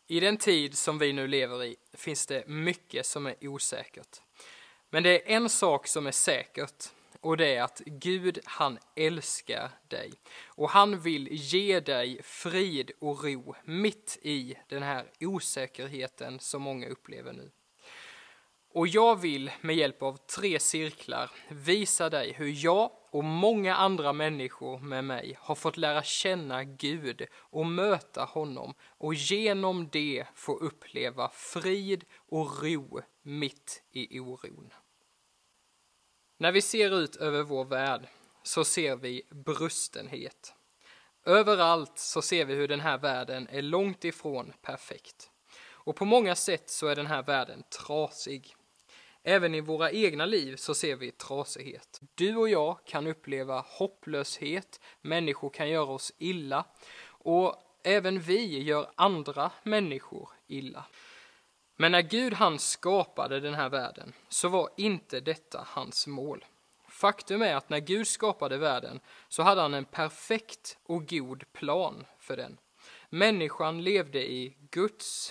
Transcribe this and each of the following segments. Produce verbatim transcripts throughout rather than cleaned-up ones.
I den tid som vi nu lever i finns det mycket som är osäkert. Men det är en sak som är säkert, och det är att Gud, han älskar dig. Och han vill ge dig frid och ro mitt i den här osäkerheten som många upplever nu. Och jag vill med hjälp av tre cirklar visa dig hur jag och många andra människor med mig har fått lära känna Gud och möta honom och genom det få uppleva frid och ro mitt i oron. När vi ser ut över vår värld så ser vi brustenhet. Överallt så ser vi hur den här världen är långt ifrån perfekt. Och på många sätt så är den här världen trasig. Även i våra egna liv så ser vi trasighet. Du och jag kan uppleva hopplöshet, människor kan göra oss illa och även vi gör andra människor illa. Men när Gud han skapade den här världen så var inte detta hans mål. Faktum är att när Gud skapade världen så hade han en perfekt och god plan för den. Människan levde i Guds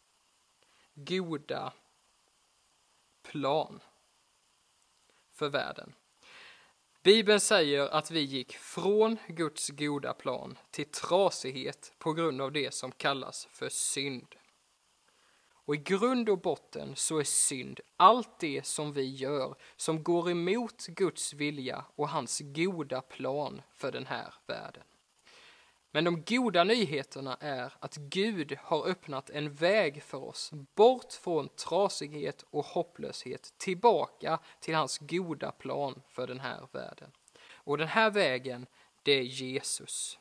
goda plan för världen. Bibeln säger att vi gick från Guds goda plan till trasighet på grund av det som kallas för synd. Och i grund och botten så är synd allt det som vi gör som går emot Guds vilja och hans goda plan för den här världen. Men de goda nyheterna är att Gud har öppnat en väg för oss bort från trasighet och hopplöshet tillbaka till hans goda plan för den här världen. Och den här vägen, det är Jesus.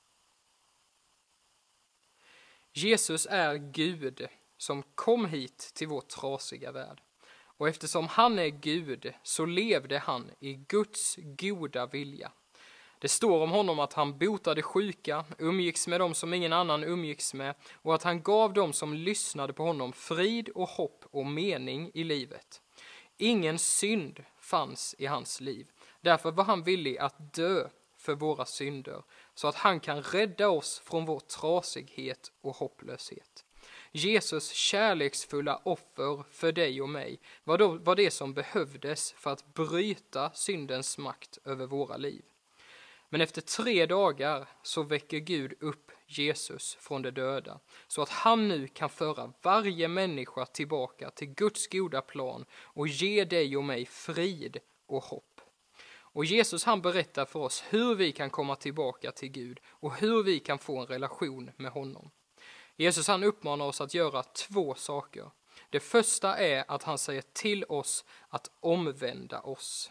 Jesus är Gud som kom hit till vår trasiga värld. Och eftersom han är Gud så levde han i Guds goda vilja. Det står om honom att han botade sjuka, umgicks med dem som ingen annan umgicks med och att han gav dem som lyssnade på honom frid och hopp och mening i livet. Ingen synd fanns i hans liv. Därför var han villig att dö för våra synder så att han kan rädda oss från vår trasighet och hopplöshet. Jesus kärleksfulla offer för dig och mig var, då, var det som behövdes för att bryta syndens makt över våra liv. Men efter tre dagar så väcker Gud upp Jesus från de döda så att han nu kan föra varje människa tillbaka till Guds goda plan och ge dig och mig frid och hopp. Och Jesus han berättar för oss hur vi kan komma tillbaka till Gud och hur vi kan få en relation med honom. Jesus han uppmanar oss att göra två saker. Det första är att han säger till oss att omvända oss.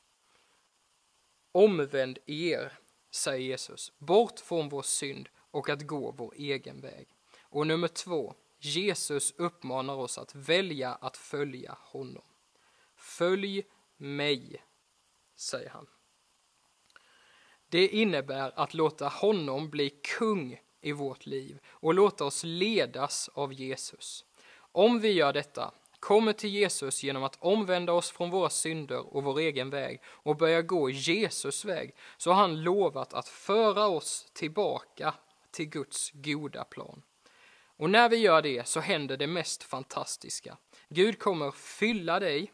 Omvänd er, säger Jesus, bort från vår synd och att gå vår egen väg. Och nummer två, Jesus uppmanar oss att välja att följa honom. Följ mig, säger han. Det innebär att låta honom bli kung i vårt liv och låta oss ledas av Jesus. Om vi gör detta, kommer till Jesus genom att omvända oss från våra synder och vår egen väg och börja gå Jesus väg, så har han lovat att föra oss tillbaka till Guds goda plan. Och när vi gör det så händer det mest fantastiska. Gud kommer fylla dig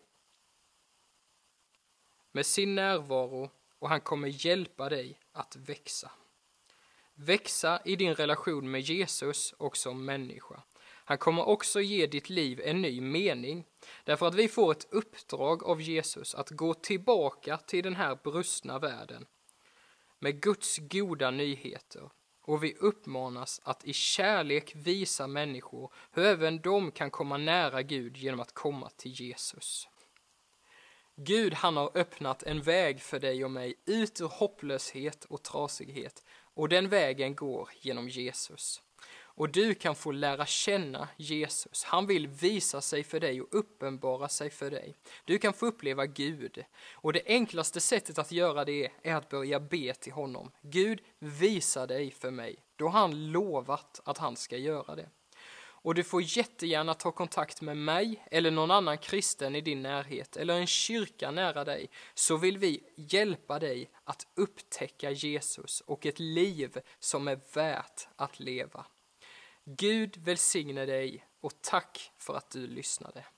med sin närvaro och han kommer hjälpa dig att växa. Växa i din relation med Jesus och som människa. Han kommer också ge ditt liv en ny mening. Därför att vi får ett uppdrag av Jesus att gå tillbaka till den här brustna världen med Guds goda nyheter. Och vi uppmanas att i kärlek visa människor hur även de kan komma nära Gud genom att komma till Jesus. Gud han har öppnat en väg för dig och mig ut ur hopplöshet och trasighet. Och den vägen går genom Jesus. Och du kan få lära känna Jesus. Han vill visa sig för dig och uppenbara sig för dig. Du kan få uppleva Gud. Och det enklaste sättet att göra det är att börja be till honom. Gud, visa dig för mig. Då har han lovat att han ska göra det. Och du får jättegärna ta kontakt med mig eller någon annan kristen i din närhet eller en kyrka nära dig, så vill vi hjälpa dig att upptäcka Jesus och ett liv som är värt att leva. Gud välsigne dig och tack för att du lyssnade.